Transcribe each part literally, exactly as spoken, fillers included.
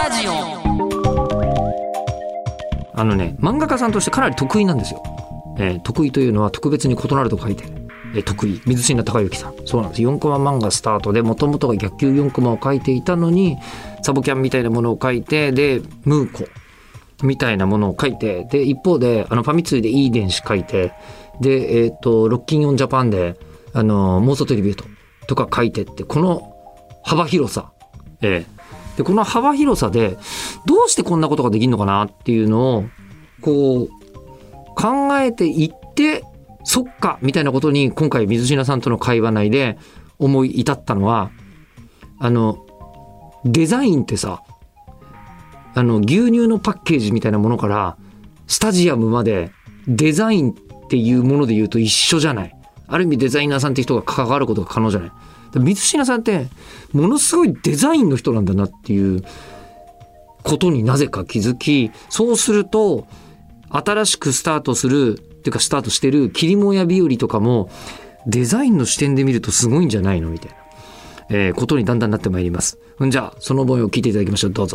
ラジオ。 あのね、漫画家さんとしてかなり得意なんですよ、えー、得意というのは特別に異なると書いて、えー、得意水品孝之さん。そうなんです。よんコマ漫画スタートで、もともとが逆級よんコマを書いていたのにサボキャンみたいなものを書いて、でムーコみたいなものを書いて、で一方であのファミ通でいい電子書いて、で、えー、とロッキンオンジャパンであの妄想トリビュートとか書いてって、この幅広さ、えー、でこの幅広さでどうしてこんなことができるのかなっていうのをこう考えていって、そっかみたいなことに今回水品さんとの会話内で思い至ったのは、あのデザインってさ、あの牛乳のパッケージみたいなものからスタジアムまでデザインっていうもので言うと一緒じゃない。ある意味デザイナーさんって人が関わることが可能じゃない。水品さんってものすごいデザインの人なんだなっていうことになぜか気づき、そうすると新しくスタートするっていうかスタートしてる霧もや日和とかもデザインの視点で見るとすごいんじゃないのみたいな、えー、ことにだんだんなってまいります。じゃあその模様を聞いていただきましょう。どうぞ。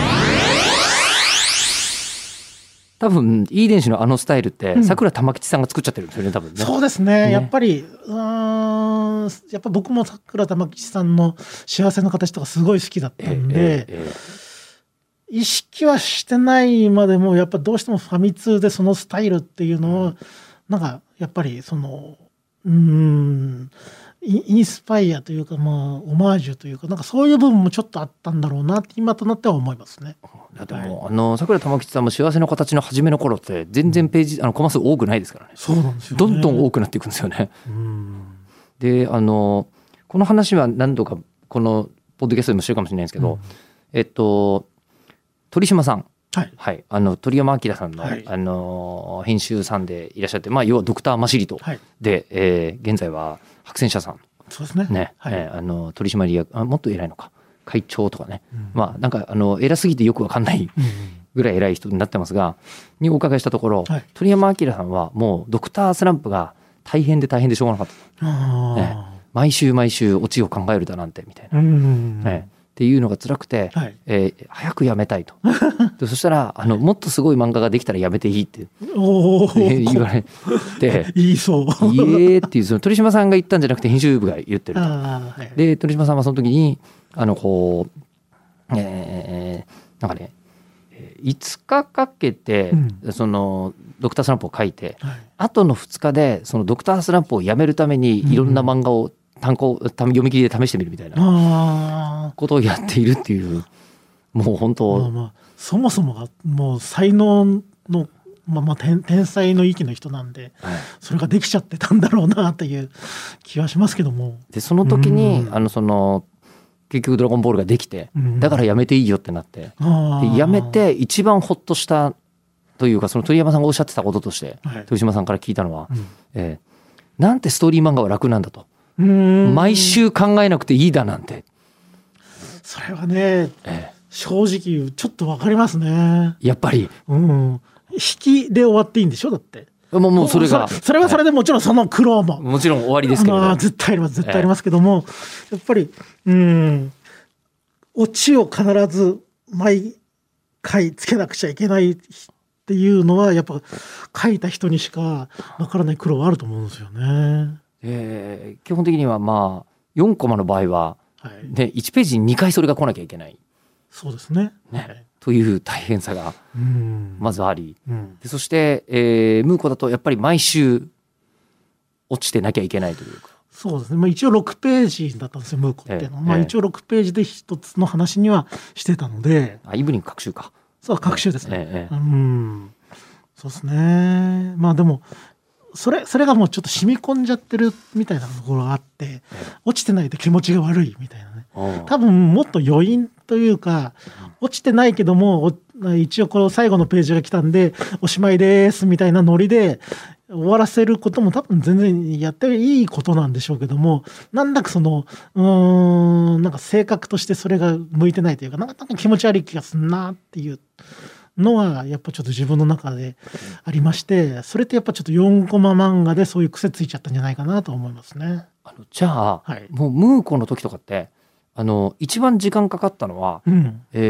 多分いい電子のあのスタイルってさくら玉吉さんが作っちゃってるんですよね、多分ね。そうですね、 ね、やっぱりうーんやっぱ僕もさくら玉吉さんの幸せの形とかすごい好きだったんで、ええええ、意識はしてないまでもやっぱどうしてもファミ通でそのスタイルっていうのをなんかやっぱりそのうーんインスパイアというか、まあオマージュというか、なんかそういう部分もちょっとあったんだろうなって今となっては思いますね。 でも、はい、あの桜玉吉さんも幸せの形の初めの頃って全然ページあのコマ数多くないですからね。 そうなんですよね。 どんどん多くなっていくんですよね。うんで、あのこの話は何度かこのポッドキャストでもしてるかもしれないんですけど、うん、えっと鳥島さん、はいはい、あの鳥山明さんの、はい、あの編集さんでいらっしゃって、まあ、要はドクターマシリトで、はい、えー、現在は白泉社さん、 そうですね、 ね、はい、えー、あの取締役、あもっと偉いのか会長とかね、うん、まあなんかあの偉すぎてよくわかんないぐらい偉い人になってますが、にお伺いしたところ、はい、鳥山明さんはもうドクタースランプが大変で大変でしょうがなかった、ね、毎週毎週オチを考えるだなんてみたいな、うんね、っていうのが辛くて、はい、えー、早くやめたいとでそしたらあのもっとすごい漫画ができたらやめていいって言われて言いそういえっていう、その鳥島さんが言ったんじゃなくて編集部が言ってると、はい、で鳥島さんはその時にあのこう、えー、なんかねいつかかけて、うん、そのドクタースランプを書いて、はい、後のふつかでそのドクタースランプをやめるためにいろんな漫画を単行読み切りで試してみるみたいなことをやっているっていう、もう本当、 まあまあ、そもそもがもう才能の、まあ、まあ 天, 天才の域の人なんで、はい、それができちゃってたんだろうなという気はしますけども、 でその時にあのその結局ドラゴンボールができて、だからやめていいよってなって、でやめて一番ホッとしたというか、その鳥山さんがおっしゃってたこととして、はい、鳥島さんから聞いたのは、うん、えー、なんてストーリー漫画は楽なんだと、うーん毎週考えなくていいだなんて。 それはね、えー、正直ちょっと分かりますね。 やっぱり、 うん、引きで終わっていいんでしょだって。 もうもうそれがそ, それはそれでもちろんその苦労ももちろん終わりですけど、 まあ、絶対あります絶対ありますけども、えー、やっぱりうんオチを必ず毎回つけなくちゃいけないっていうのはやっぱ書いた人にしかわからない苦労はあると思うんですよね。 えー、基本的にはまあよんコマの場合は、はい、でいちページににかいそれが来なきゃいけない。 そうですね、 ね、はい、という大変さがまずあり、うん、でそして、えー、ムーコだとやっぱり毎週落ちてなきゃいけないというか。 そうですね、まあ、一応ろくページだったんですよムーコっていうのは、ええまあ、一応ろくページで一つの話にはしてたので、 あイブニング各週か。 そう各週ですね、 ええ、 うんそうですね。まあでもそれそれがもうちょっと染み込んじゃってるみたいなところがあって、ええ、落ちてないと気持ちが悪いみたいなね。多分もっと余韻というか、落ちてないけども一応この最後のページが来たんでおしまいですみたいなノリで終わらせることも多分全然やっていいことなんでしょうけども、なんだかそのうーんなんか性格としてそれが向いてないというか、なんか気持ち悪い気がすんなっていうのはやっぱちょっと自分の中でありまして、それってやっぱちょっとよんコマ漫画でそういう癖ついちゃったんじゃないかなと思いますね。 あのじゃあ、はい、もうムーコの時とかってあの一番時間かかったのは、うん、えー、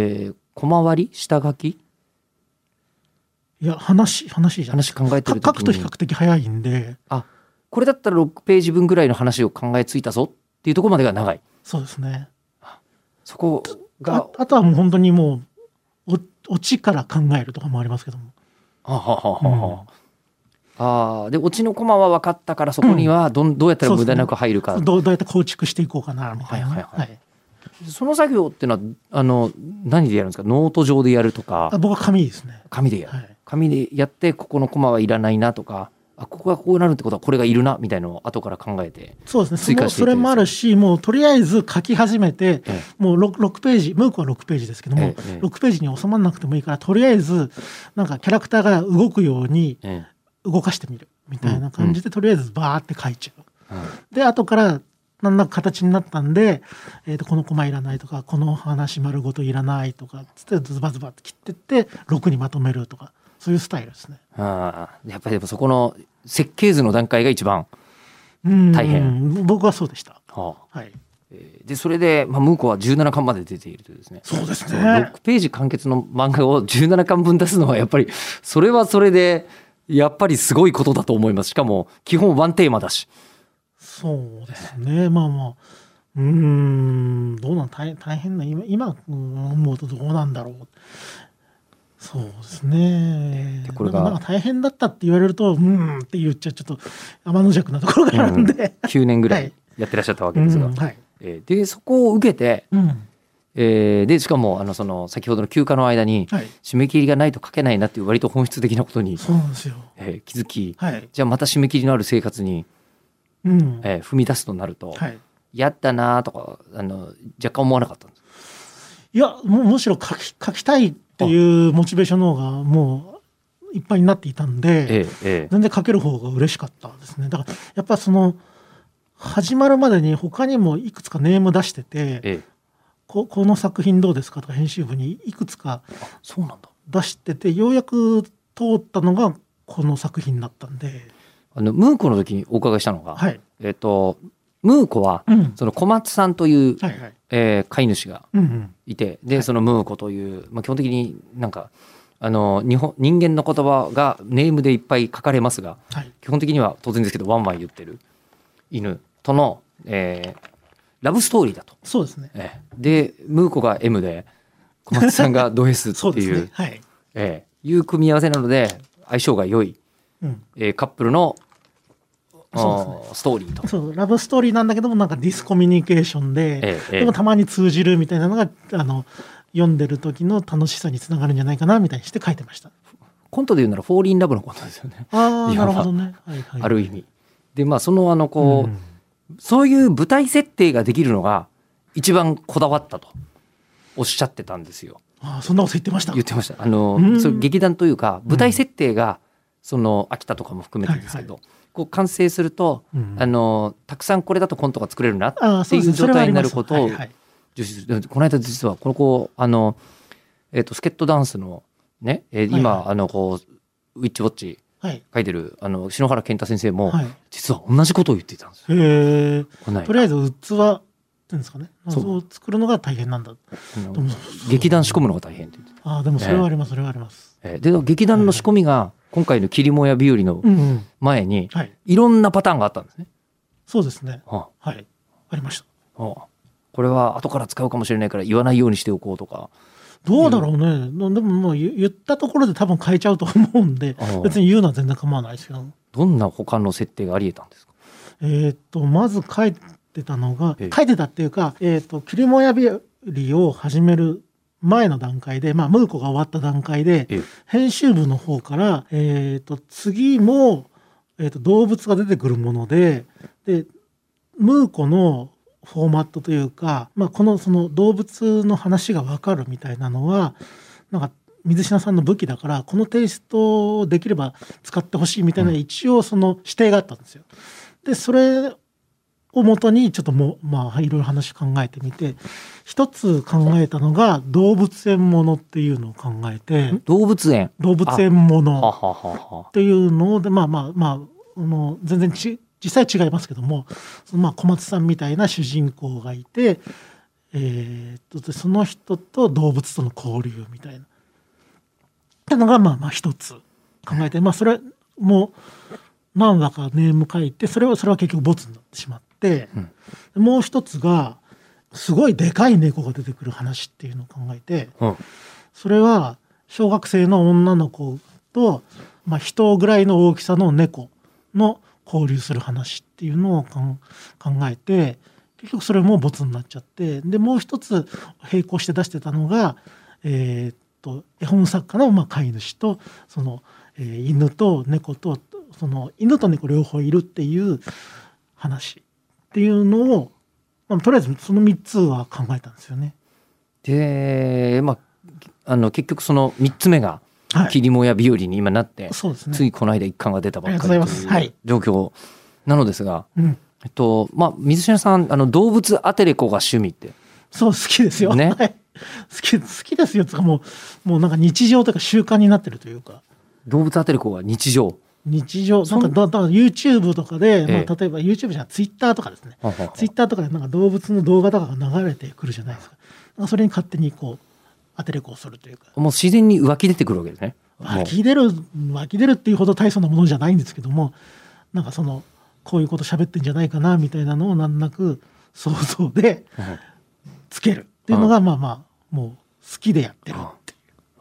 小回り下書きいや話話じゃない話考えてる時に書くと比較的早いんで。 あこれだったらろくページ分ぐらいの話を考えついたぞっていうところまでが長い。 そうですね。 そこがあ, あとはもう本当にもうおオチから考えるとかもありますけども。 はははは、うん、あでオチのコマは分かったからそこには ど,、うん、どうやったら無駄なく入るか、 そうそう ど, うどうやって構築していこうかなみたいな、 はいはいはいはい、その作業っていうのはあの何でやるんですか？ノート上でやるとか。 あ僕は紙ですね。 紙でやる、はい、紙でやってここのコマはいらないなとか、あここがこうなるってことはこれがいるなみたいなのを後から考えてそうですね。それもあるし、もうとりあえず書き始めて、ええ、もう 6, ろくページムークはろくページですけども、ええ、ろくページに収まらなくてもいいからとりあえずなんかキャラクターが動くように動かしてみるみたいな感じで、うん、とりあえずバーって書いちゃう、うん、で後から何らか形になったんで、えー、とこのコマいらないとかこの話丸ごといらないとかつってズバズバって切ってってろくにまとめるとかそういうスタイルですね。 あやっぱりでもそこの設計図の段階が一番大変。 僕はそうでした、 はあはい、でそれで、まあ、ムーコはじゅうななかんまで出ているというですね。 そうですね。 ろくページ完結の漫画をじゅうななかんぶん出すのはやっぱりそれはそれでやっぱりすごいことだと思います。しかも基本ワンテーマだし。 そうですね。まあまあうーんどうなん 大, 大変な今今思うとどうなんだろう。そうですね。でこれがなんか大変だったって言われるとうんって言っちゃちょっと天の弱なところがあるんで、 うん、きゅうねんぐらいやってらっしゃったわけですが、はいはいえー、でそこを受けて、うんえー、でしかもあのその先ほどの休暇の間に締め切りがないと書けないなっていう割と本質的なことに、 そうなんですよ、 えー、気づき、はい、じゃあまた締め切りのある生活に、うんえー、踏み出すとなると、はい、やったなとかあの若干思わなかったんです。 いやむむしろ書き、書きたいっていうモチベーションの方がもういっぱいになっていたんで、ええええ、全然書ける方が嬉しかったですね。だからやっぱその始まるまでに他にもいくつかネーム出してて、ええ、こ, この作品どうですかとか編集部にいくつか出しててようやく通ったのがこの作品だったんで。 あのムーコの時にお伺いしたのが、はいえー、とムーコは、うん、その小松さんという、はいはいえー、飼い主がいて、うんうん、で、はい、そのムーコという、まあ、基本的になんかあの日本人間の言葉がネームでいっぱい書かれますが、はい、基本的には当然ですけどワンワン言ってる犬との、えー、ラブストーリーだと。 そうですね、 えー、でムーコが エム で小松さんがド S っていうそうですね、はいえー、いう組み合わせなので相性が良い、うんえー、カップルのそうですね、ストーリーとそうラブストーリーなんだけどもなんかディスコミュニケーションで、ええ、でもたまに通じるみたいなのがあの読んでる時の楽しさにつながるんじゃないかなみたいにして書いてました。 コントで言うならフォーリンラブのコントですよね。 ああなるほどね、はいはい、 ある意味でまあそのあのこう、うん、そういう舞台設定ができるのが一番こだわったとおっしゃってたんですよ。 ああそんなこと言ってました。 言ってました。あの、うん、それ劇団というか舞台設定が、うん、その秋田とかも含めてですけど、はいはいこう完成すると、うん、あのたくさんこれだとコントが作れるなっていう状態になることを重視する。この間実はこの子あの、えー、とスケットダンスのね、えー、今、はいはい、あのこうウィッチウォッチ書いてる、はい、あの篠原健太先生も、はい、実は同じことを言っていたんですよ。 へーとりあえず器っていうんですかねそう作るのが大変なんだ。 劇団仕込むのが大変って言ってああでもそれはあります、えー、それはあります。 えー、で劇団の仕込みが、はい今回の霧もや日和の前に、うんはい、いろんなパターンがあったんですね。 そうですね、はあ、はいありました、はあ、これは後から使うかもしれないから言わないようにしておこうとかどうだろうね。でももう言ったところで多分変えちゃうと思うんで別に言うのは全然構わないですけど。 どんな他の設定があり得たんですか。 えー、っとまず書いてたのが書いてたっていうか、えー、っと霧もや日和を始める前の段階で、まあ、ムーコが終わった段階で編集部の方から、えー、と次も、えー、と動物が出てくるもので、でムーコのフォーマットというか、まあ、このその動物の話が分かるみたいなのはなんか水品さんの武器だからこのテイストをできれば使ってほしいみたいな一応その指定があったんですよ。でそれを元にちょっともうまあいろいろ話考えてみて一つ考えたのが動物園ものっていうのを考えて動物園動物園ものっていうのでまあまあまあもう全然ち実際違いますけども、まあ、小松さんみたいな主人公がいて、 えー、とその人と動物との交流みたいなってのがまあまあ一つ考えて、まあ、それも何話かネーム書いて、それはそれは結局ボツになってしまって、うん、もう一つがすごいでかい猫が出てくる話っていうのを考えて、うん、それは小学生の女の子と、まあ、人ぐらいの大きさの猫の交流する話っていうのを考えて、結局それもボツになっちゃって、でもう一つ並行して出してたのが、えー、っと絵本作家のまあ飼い主とその、えー、犬と猫とその犬と猫両方いるっていう話っていうのを、まあ、とりあえずそのみっつは考えたんですよね。 で、まあ、あの結局そのみっつめが霧もや日和に今なって、はい、そうですね、ついこの間いっかんが出たばっかりという状況なのですが、はいうん、えっとまあ、水品さんあの動物アテレコが趣味ってそう好きですよ、ね、好き好きですよとかもうもうなんか日常というか習慣になってるというか、 動物アテレコは日常日常なんかだだ YouTube とかで、まあ、例えば YouTube じゃ Twitter とかですね、ええ、Twitter とかでなんか動物の動画とかが流れてくるじゃないですか。それに勝手にこうアテレコをするというか、 もう自然に湧き出てくるわけですね。 湧き出る湧き出るっていうほど大層なものじゃないんですけども、なんかそのこういうこと喋ってんじゃないかなみたいなのをなんなく想像でつけるっていうのがまあまあもう好きでやってるっていう、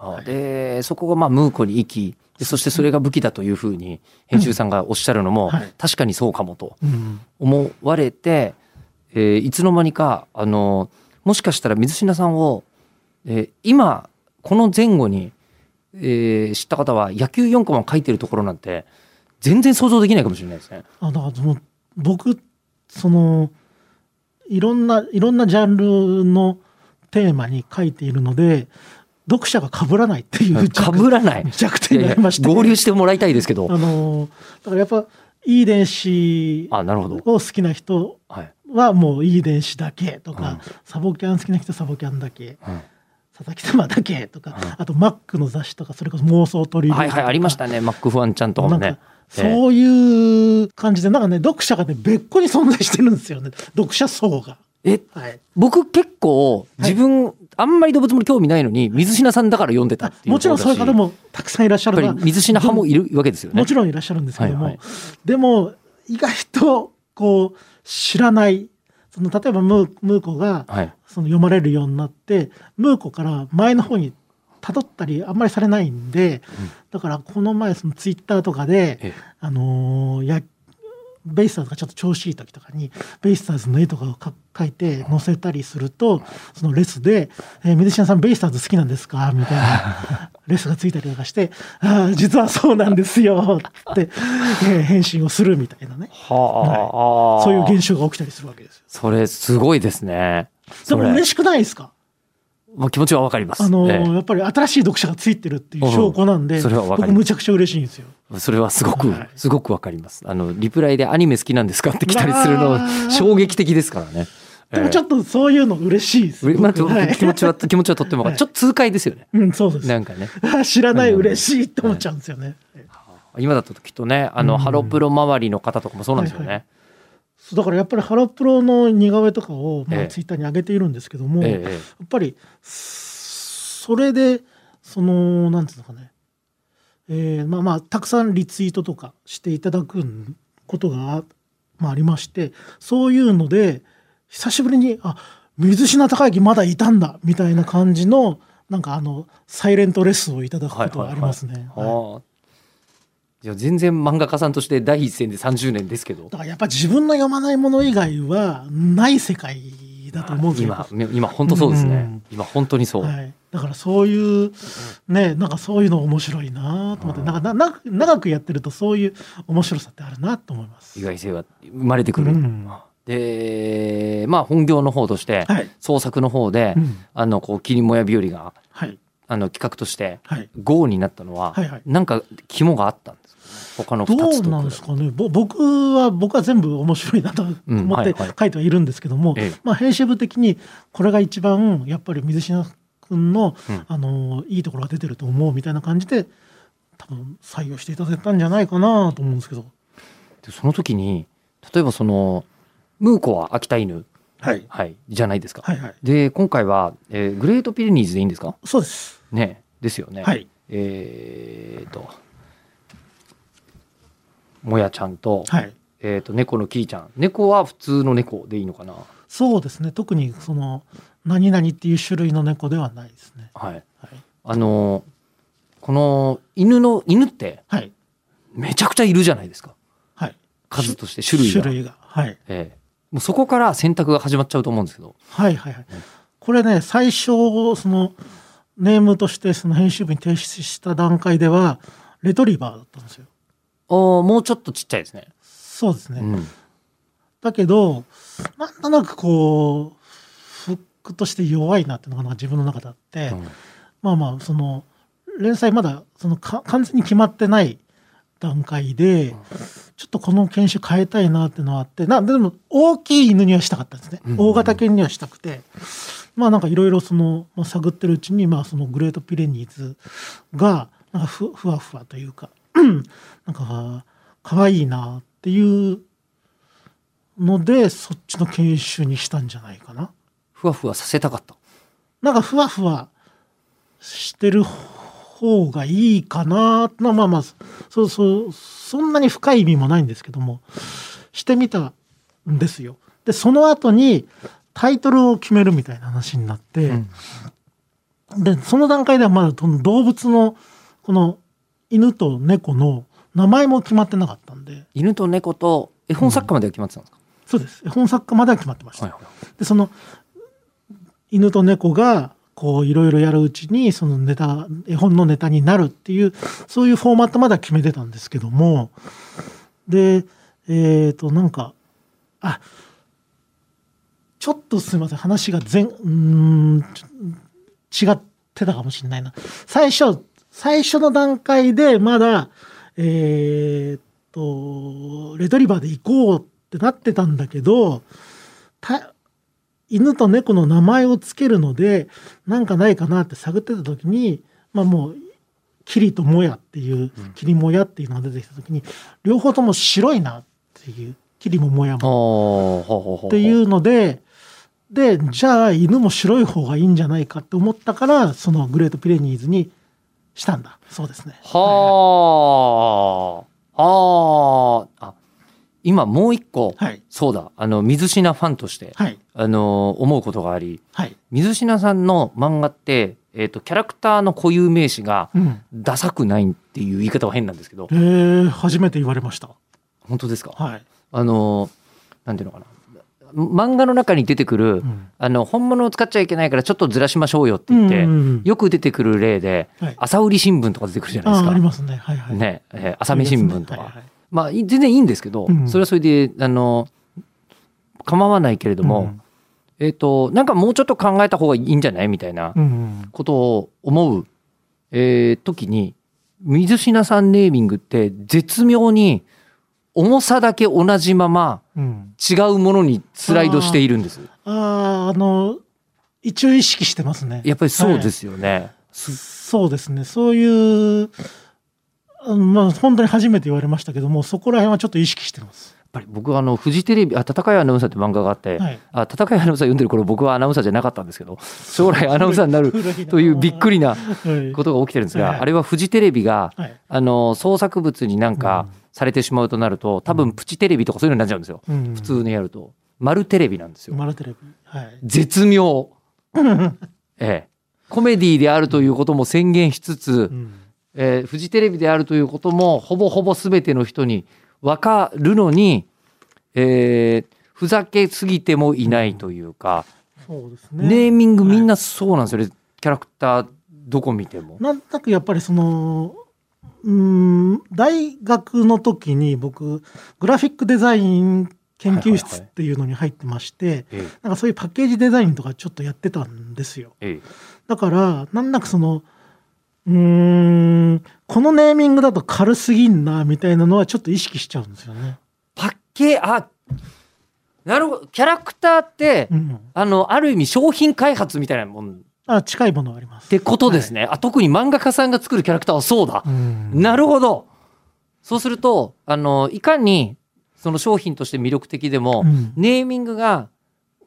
はい、でそこがまあムーコに生きで、そしてそれが武器だというふうに編集さんがおっしゃるのも、うんはい、確かにそうかもと思われて、えー、いつの間にかあのもしかしたら水品さんを、えー、今この前後に、えー、知った方は野球よんコマを書いてるところなんて全然想像できないかもしれないですね。 あだからもう僕そのいろんないろんなジャンルのテーマに書いているので、読者が被らないっていう被らない弱点がありまして、 合流してもらいたいですけど、 あのだからやっぱいい電子を好きな人はもういい電子だけとか、うん、サボキャン好きな人はサボキャンだけ、うん、佐々木様だけとか、うん、あとマックの雑誌とかそれこそ妄想トリビューとか、 はいはいありましたね、マックフワンちゃんとかもね。 そういう感じでなんかね読者がね別個に存在してるんですよね、読者層が。 え、はい、僕結構自分、はい、あんまり動物も興味ないのに水品さんだから読んでたっていう。 もちろんそういう方もたくさんいらっしゃる。 やっぱり水品派もいるわけですよね。 もちろんいらっしゃるんですけども、はいはい、でも意外とこう知らないその例えばムー、ムーコがその読まれるようになって、はい、ムーコから前の方に辿ったりあんまりされないんで、うん、だからこの前そのツイッターとかで、ええ、あのー、やベイスターズがちょっと調子いい時とかにベイスターズの絵とかを描いて載せたりすると、そのレスで「えー、水島さんベイスターズ好きなんですか?」みたいなレスがついたりとかして「ああ実はそうなんですよ」って、えー、返信をするみたいなね、はあ、はい、そういう現象が起きたりするわけですよ。 それすごいですね。 でも嬉しくないですか？ まあ、気持ちはわかります。 あのーええ、やっぱり新しい読者がついてるっていう証拠なんで、うん、それは分かります。僕むちゃくちゃ嬉しいんですよ。 それはすごく、はい、すごくわかります。あのリプライでアニメ好きなんですかって来たりするのは衝撃的ですからね。 でもちょっとそういうの嬉しいです。 まあ、気持ちは気持ちはとっても分かる。ちょっと痛快ですよね。 うん、そうです。 なんかね。 知らない嬉しいって思っちゃうんですよね。 はい、今だときっとね、あの、うん、ハロプロ周りの方とかもそうなんですよね。はいはい、 だからやっぱりハロプロの似顔絵とかを、まあ、ツイッターに上げているんですけども、えええ、やっぱりそれでそのなんていうのかね、えー、まあまあたくさんリツイートとかしていただくことが、まあ、ありまして、そういうので久しぶりにあ水品孝之まだいたんだみたいな感じのなんかあのサイレントレスをいただくことがありますね。 いや全然漫画家さんとして第一線でさんじゅうねんですけど、 だからやっぱ自分の読まないもの以外はない世界だと思うんですよ。 今今本当そうですね、うん、今本当にそう、 はい、だからそういうね、なんかそういうの面白いなと思って、うん、なんかな長くやってるとそういう面白さってあるなと思います。 意外性が生まれてくる、うん、でまあ本業の方として、はい、創作の方で、うん、あのこう霧もや日和が、はい、あの企画としてゴーになったのは、はいはい、なんか肝があったんですか？他のふたつと。 どうなんですかね。ぼ僕は僕は全部面白いなと思って書いてはいるんですけども、うんはいはい、まあ、編集部的にこれが一番やっぱり水品君の、うん、あのいいところが出てると思うみたいな感じで多分採用していただいたんじゃないかなと思うんですけど、 でその時に例えばそのムーコは秋田犬はいはい、じゃないですか。 はいはい。 で今回は、えーグレートピレニーズでいいんですかそうです。 ね。ですよね。 はい。 えー、ともやちゃんと,、 はい。 えー、と猫のキーちゃん。猫は普通の猫でいいのかな。 そうですね。特にその何々っていう種類の猫ではないですね。 はい。 はい。 あのこの犬の犬ってはい。 めちゃくちゃいるじゃないですか。 はい。 数として種類が。 種類が。はい。 ええもうそこから選択が始まっちゃうと思うんですけど。 はいはいはい。これね、最初そのネームとしてその編集部に提出した段階ではレトリバーだったんですよ。 おもうちょっとちっちゃいですね。 そうですね。 うん、 だけどなんとなくこうフックとして弱いなっていうのが自分の中であって、うん、まあまあその連載まだそのか完全に決まってない段階で、うん、ちょっとこの犬種変えたいなっていうのはあって、なでも大きい犬にはしたかったんですね、うんうん、大型犬にはしたくて、まあなんかいろいろその、まあ、探ってるうちに、まあ、そのグレートピレニーズがなんか ふ, ふわふわというかなんか可愛いなっていうのでそっちの犬種にしたんじゃないかな。 ふわふわさせたかった。 なんかふわふわしてる方がいいかな。まあまあまあそうそうそんなに深い意味もないんですけどもしてみたんですよ。でその後にタイトルを決めるみたいな話になって、うん、でその段階ではまだ動物のこの犬と猫の名前も決まってなかったんで。 犬と猫と絵本作家までは決まってたんですか。 うん、そうです。絵本作家までは決まってました。 はいはい、 でその犬と猫がこういろいろやるうちにそのネタ絵本のネタになるっていうそういうフォーマットまでは決めてたんですけども、でえっとなんかあちょっとすみません話が全うーん違ってたかもしれないな。最初最初の段階でまだえっとレトリバーで行こうってなってたんだけどた犬と猫の名前をつけるのでなんかないかなって探ってた時に、まあもうキリとモヤっていう、うん、キリモヤっていうのが出てきた時に両方とも白いなっていうキリもモヤもっていうのででじゃあ犬も白い方がいいんじゃないかって思ったからそのグレートピレニーズにしたんだそうですね。 はあ、はいはい、はあ。今もう一個、はい、そうだあの水品ファンとして、はい、あの思うことがあり、はい、水品さんの漫画って、えーと、キャラクターの固有名詞がダサくないっていう言い方は変なんですけど、 うん、えー、初めて言われました。 本当ですか。 はい、 あのなんていうのかな漫画の中に出てくる、うん、あの本物を使っちゃいけないからちょっとずらしましょうよって言って、うんうんうん、よく出てくる例で、はい、朝売り新聞とか出てくるじゃないですか。 あ, ありますね、はいはいねえー、朝目新聞とか、ねはいはい、まあ全然いいんですけど、うん、それはそれであの構わないけれども、うん、えっとなんかもうちょっと考えた方がいいんじゃないみたいなことを思う、えー、時に水品さんネーミングって絶妙に重さだけ同じまま違うものにスライドしているんです。 うん、あああの一応意識してますね。 やっぱりそうですよね。はい、 そうですね。そういうまあ本当に初めて言われましたけどもそこら辺はちょっと意識してます。 やっぱり僕はあのフジテレビあ戦いアナウンサーって漫画があって、はい、あ戦いアナウンサー読んでる頃僕はアナウンサーじゃなかったんですけど将来アナウンサーになるというびっくりなことが起きてるんですが、はい、あれはフジテレビが、はい、あの創作物になんかされてしまうとなると多分プチテレビとかそういうのになっちゃうんですよ、うん、普通にやるとマルテレビなんですよ。 マルテレビ、はい、 絶妙ええ、コメディであるということも宣言しつつ、うんえー、フジテレビであるということもほぼほぼ全ての人に分かるのに、えー、ふざけすぎてもいないというか、 うん、そうですね、 ネーミングみんなそうなんですよね、はい、キャラクターどこ見てもなんとなくやっぱりそのうーん大学の時に僕グラフィックデザイン研究室っていうのに入ってまして、はいはいはい、なんかそういうパッケージデザインとかちょっとやってたんですよ、ええ、だからなんなくそのうーんこのネーミングだと軽すぎんなみたいなのはちょっと意識しちゃうんですよね。 パッケーあなるほどキャラクターって、うん、あのある意味商品開発みたいなもんあ近いものはありますってことですね、はい、あ特に漫画家さんが作るキャラクターはそうだ、うん、なるほど。そうするとあのいかにその商品として魅力的でも、うん、ネーミングが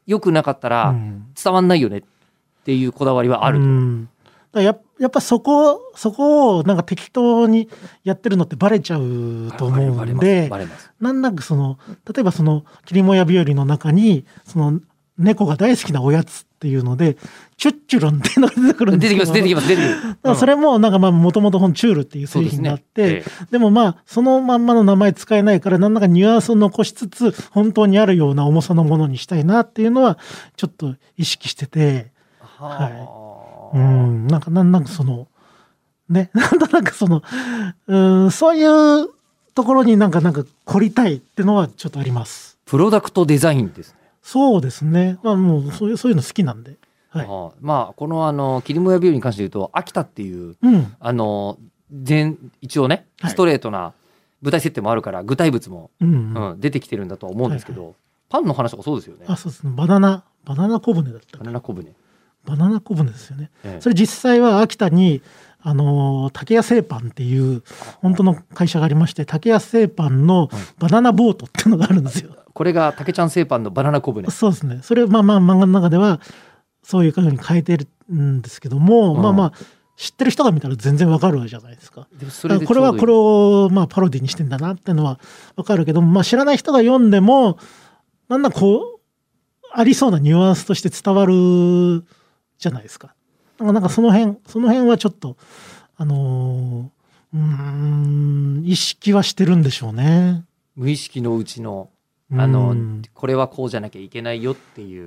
良くなかったら伝わんないよねっていうこだわりはあると、うん、 だからややっぱそこそこをなんか適当にやってるのってバレちゃうと思うんで、なんなんかその例えばその霧もや日和の中にその猫が大好きなおやつっていうのでチュッチュロンっていうのが出てくるんですけど、 出てきます出てきます出てくる、だからそれもなんかまあもともとチュールっていう製品があって、 で,、ねええ、でもまあそのまんまの名前使えないからなんだかニュアンスを残しつつ本当にあるような重さのものにしたいなっていうのはちょっと意識してて、はい、うんなんかなんなんかそのねなんとなくそのうんそういうところになんかなんか凝りたいっていうのはちょっとあります。 プロダクトデザインですね。 そうですね、まあ、もうそういう、そういうの好きなんで、はい、 あまあこのあの霧もや日和に関して言うと秋田っていう、うん、あの全一応ねストレートな舞台設定もあるから具体物も、うんうんうん、出てきてるんだとは思うんですけど、はいはい、パンの話とかそうですよね。 あそうですね、バナナバナナ小舟だったバナナ小舟バナナ小舟ですよね、ええ、それ実際は秋田にあの竹谷製パンっていう本当の会社がありまして、竹谷製パンのバナナボートっていうのがあるんですよ。 これが竹ちゃん製パンのバナナ小舟。 そうですね、それまあまあ漫画の中ではそういう風に変えてるんですけども、うん、まあまあ知ってる人が見たら全然わかるじゃないですか。でそれでこれはこれをまあパロディにしてんだなっていうのはわかるけど、まあ、知らない人が読んでもなんだこうありそうなニュアンスとして伝わるじゃないですか。なんかその辺その辺はちょっとあのー、うーん意識はしてるんでしょうね。 無意識のうちのあのこれはこうじゃなきゃいけないよっていう、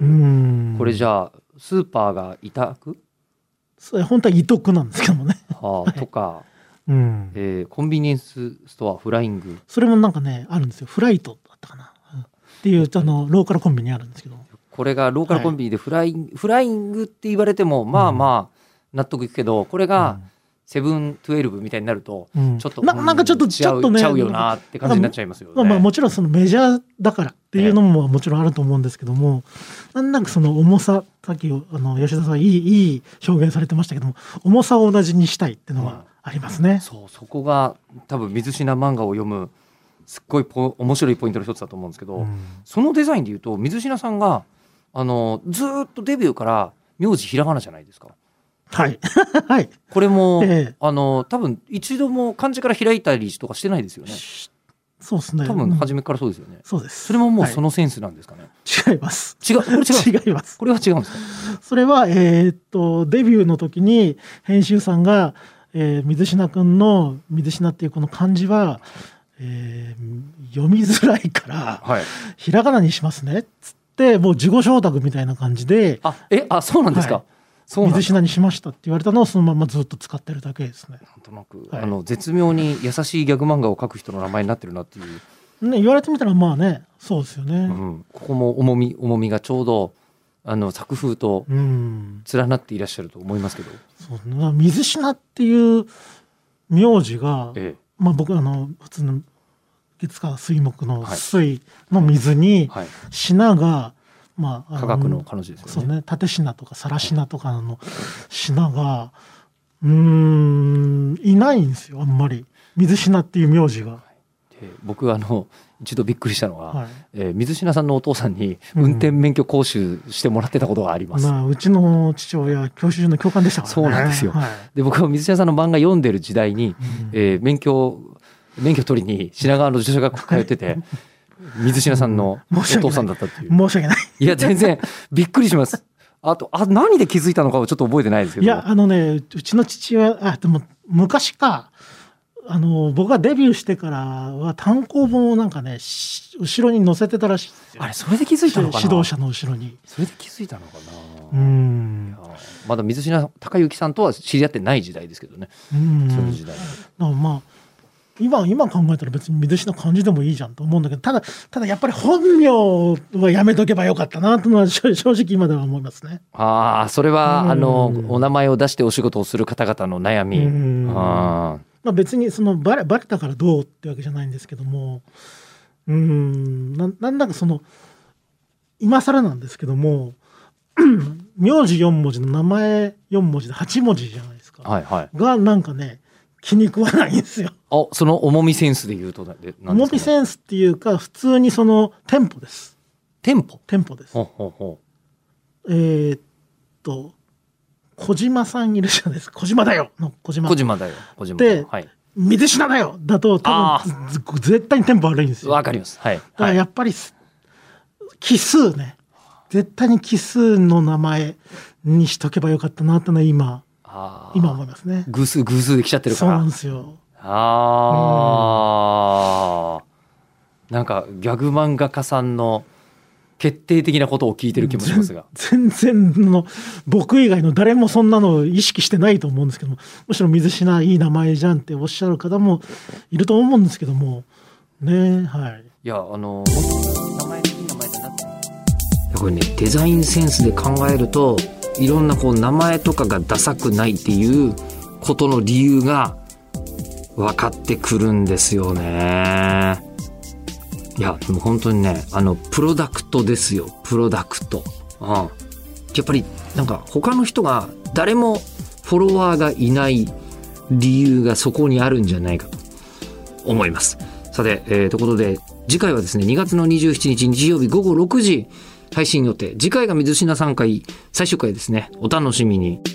これじゃあスーパーが委託？ それ本当は委託なんですけどもね。 はあ、とか、うんえー、コンビニエンスストアフライング、 それもなんかねあるんですよ。フライトだったかな、うん、っていうあのローカルコンビニあるんですけど、 これがローカルコンビニでフライング、はい、フライングって言われてもまあまあ納得いくけど、これがセブントゥエルブみたいになると、うん、ちょっとな, なんかちょっとちょっとねちゃうよなって感じになっちゃいますよね。 まあ、まあもちろんそのメジャーだからっていうのももちろんあると思うんですけども、えー、なんかその重さ、さっきあの吉田さんいいいい表現されてましたけども、重さを同じにしたいっていうのはありますね。うん、 そうそこが多分水品漫画を読むすっごいポ面白いポイントの一つだと思うんですけど、うん、そのデザインでいうと水品さんがあのずっとデビューから名字ひらがなじゃないですか。 はいはい、 これも、ええ、あの多分一度も漢字から開いたりとかしてないですよね。 そうですね。 多分初めからそうですよね。 うん、そうです。 それももうそのセンスなんですかね。 はい、違います。 違う。これ違う。 違います。 これは違うんですか。 それはえー、っとデビューの時に編集さんが、えー、水品くんの水品っていうこの漢字は、えー、読みづらいから、はい、ひらがなにしますねっつってもう自己承諾みたいな感じで、 あえあそうなんですか。はい、 水品にしましたって言われたのをそのままずっと使ってるだけですね。 なんとなく、はい、あの絶妙に優しいギャグ漫画を描く人の名前になってるなっていう、 ね、言われてみたらまあねそうですよね。うん、 ここも重み重みがちょうどあの作風と連なっていらっしゃると思いますけど、 うん、そう水品っていう名字が、ええまあ、僕あの普通の月火水木の水の水に、はいはい、品がまあ、 科学の彼女ですよね。 そうね、蓼科とか更科とかの品がうーんいないんですよ、あんまり水品っていう名字が。 で僕あの一度びっくりしたのは、はいえー、水品さんのお父さんに運転免許講習してもらってたことがあります。 うんまあ、うちの父親教習所の教官でしたからね。 そうなんですよ。はい、で僕は水品さんの漫画読んでる時代に、うんえー、免許免許取りに品川の女子学校通ってて。水品さんのお父さんだったっていう。 申し訳ない。 いや全然びっくりします。あとあ何で気づいたのかはちょっと覚えてないですけど。 いやあのねうちの父親あでも昔かあの僕がデビューしてからは単行本をなんかね後ろに載せてたらしいですよ。 あれそれで気づいたのかな。 指導者の後ろに。 それで気づいたのかな。うんまだ水品孝之さんとは知り合ってない時代ですけどね。うんその時代。 まあ今, 今考えたら別に水品漢字でもいいじゃんと思うんだけど、ただただやっぱり本名はやめとけばよかったなというのは正直今では思いますね。 ああそれはあのお名前を出してお仕事をする方々の悩み。うんあまあ別にそのバレバレたからどうってわけじゃないんですけども、うんななんだかその今更なんですけども名字よん文字の名前よん文字ではち文字じゃないですか、はいはい、がなんかね気に食わないんですよ。 あその重みセンスで言うと何ですか、ね、 重みセンスっていうか普通にそのテンポです。 テンポテンポです。 ほうほうほえー、っと小島さんいるじゃないですか。小島だよの小島小島だよ小島で、 はい、 水品だよだと多分絶対にテンポ悪いんですよ。 わかります、はい、 だからやっぱり奇数ね、絶対に奇数の名前にしとけばよかったなってのは今あ今思いますね。 偶数偶数で来ちゃってるから。 そうなんですよ。 ああ、なんかギャグ漫画家さんの決定的なことを聞いてる気もしますが、 全然の僕以外の誰もそんなのを意識してないと思うんですけども、むしろ水品いい名前じゃんっておっしゃる方もいると思うんですけどもね。はい、 いやあの名前いい名前だなって。これねデザインセンスで考えるといろんなこう名前とかがダサくないっていうことの理由が分かってくるんですよね。いやでも本当にねあのプロダクトですよプロダクト、うん、やっぱりなんか他の人が誰もフォロワーがいない理由がそこにあるんじゃないかと思います。さて、えー、ということで次回はですねにがつのにじゅうしちにち日曜日ごごろくじ配信予定。次回が水品さんかい最終回ですね。お楽しみに。